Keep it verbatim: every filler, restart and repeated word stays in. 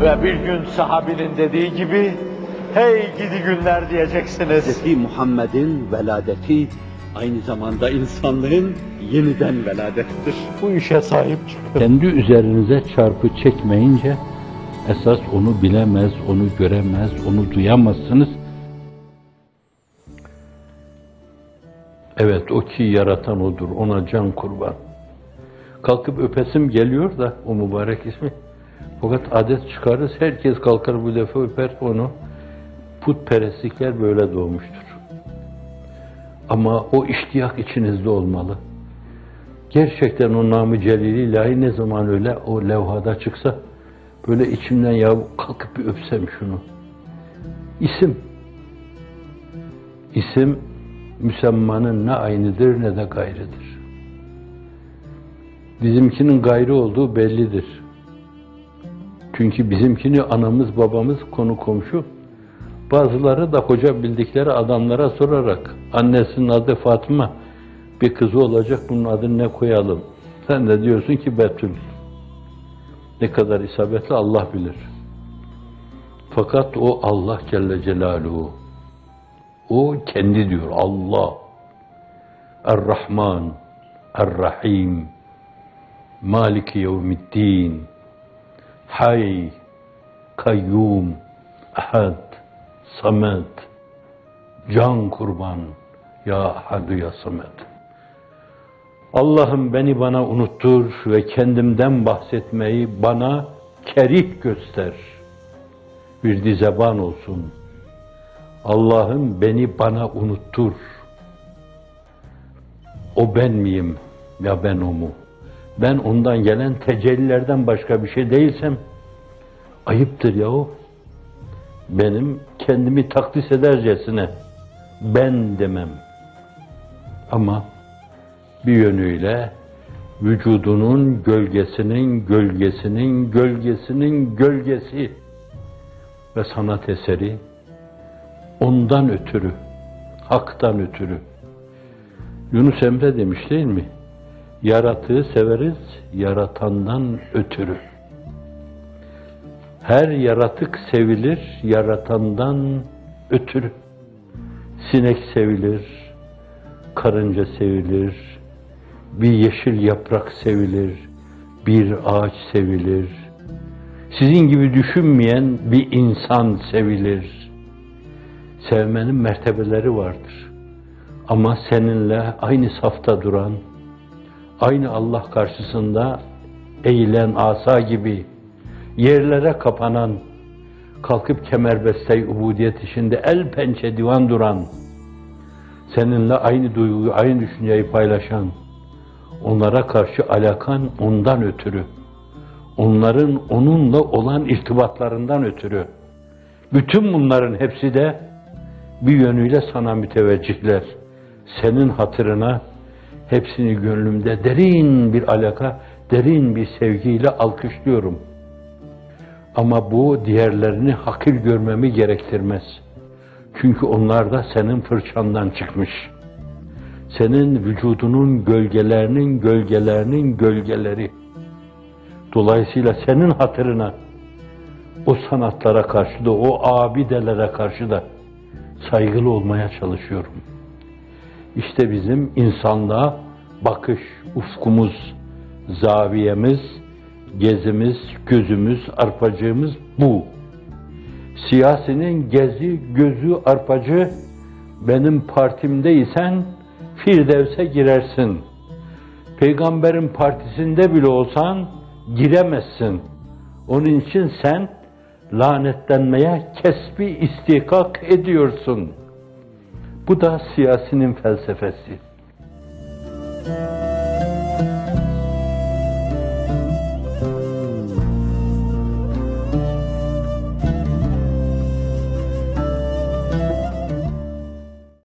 Ve bir gün sahabinin dediği gibi, hey gidi günler diyeceksiniz. Hazreti Muhammed'in veladeti aynı zamanda insanlığın yeniden veladettir. Bu işe sahip çıkın. Kendi üzerinize çarpı çekmeyince, esas onu bilemez, onu göremez, onu duyamazsınız. Evet, o ki yaratan odur, ona can kurban. Kalkıp öpesim geliyor da o mübarek ismi. Fakat adet çıkarız, herkes kalkar bu defa öper onu. Putperestlikler böyle doğmuştur. Ama o iştiyak içinizde olmalı. Gerçekten o nam-ı celil ilahi ne zaman öyle o levhada çıksa, böyle içimden ya kalkıp bir öpsem şunu. İsim. İsim, müsemmanın ne aynıdır ne de gayrıdır. Bizimkinin gayrı olduğu bellidir. Çünkü bizimkini anamız, babamız, konu komşu, bazıları da hoca bildikleri adamlara sorarak, annesinin adı Fatıma, bir kızı olacak, bunun adını ne koyalım? Sen de diyorsun ki Betül. Ne kadar isabetli Allah bilir. Fakat o Allah Celle Celaluhu, o kendi diyor, Allah, Er-Rahman, Er-Rahim, Maliki Yevmiddin, Hay, Kayyum, Ahad, Samet, can kurban, ya Ahadu ya Samet. Allah'ım beni bana unuttur ve kendimden bahsetmeyi bana kerih göster. Bir dizeban olsun. Allah'ım beni bana unuttur. O ben miyim ya ben o mu? Ben ondan gelen tecellilerden başka bir şey değilsem ayıptır yahu. Benim kendimi takdis edercesine ben demem. Ama bir yönüyle vücudunun gölgesinin gölgesinin gölgesinin gölgesi ve sanat eseri ondan ötürü, haktan ötürü. Yunus Emre demiş değil mi? Yaratığı severiz, yaratandan ötürü. Her yaratık sevilir, yaratandan ötürü. Sinek sevilir, karınca sevilir, bir yeşil yaprak sevilir, bir ağaç sevilir. Sizin gibi düşünmeyen bir insan sevilir. Sevmenin mertebeleri vardır. Ama seninle aynı safta duran, aynı Allah karşısında eğilen asa gibi yerlere kapanan, kalkıp kemerbeste-i ubudiyet içinde el pençe divan duran, seninle aynı duyguyu, aynı düşünceyi paylaşan, onlara karşı alakan ondan ötürü, onların onunla olan irtibatlarından ötürü. Bütün bunların hepsi de bir yönüyle sana müteveccihler. Senin hatırına hepsini gönlümde derin bir alaka, derin bir sevgiyle alkışlıyorum. Ama bu diğerlerini hakir görmemi gerektirmez. Çünkü onlar da senin fırçandan çıkmış. Senin vücudunun gölgelerinin gölgelerinin gölgeleri. Dolayısıyla senin hatırına o sanatlara karşı da, o abidelere karşı da saygılı olmaya çalışıyorum. İşte bizim insanlığa bakış, ufkumuz, zaviyemiz, gezimiz, gözümüz, arpacığımız bu. Siyasinin gezi, gözü, arpacı, benim partimdeysen Firdevs'e girersin. Peygamberin partisinde bile olsan giremezsin. Onun için sen lanetlenmeye kesbi istihkak ediyorsun. Bu da siyasinin felsefesi.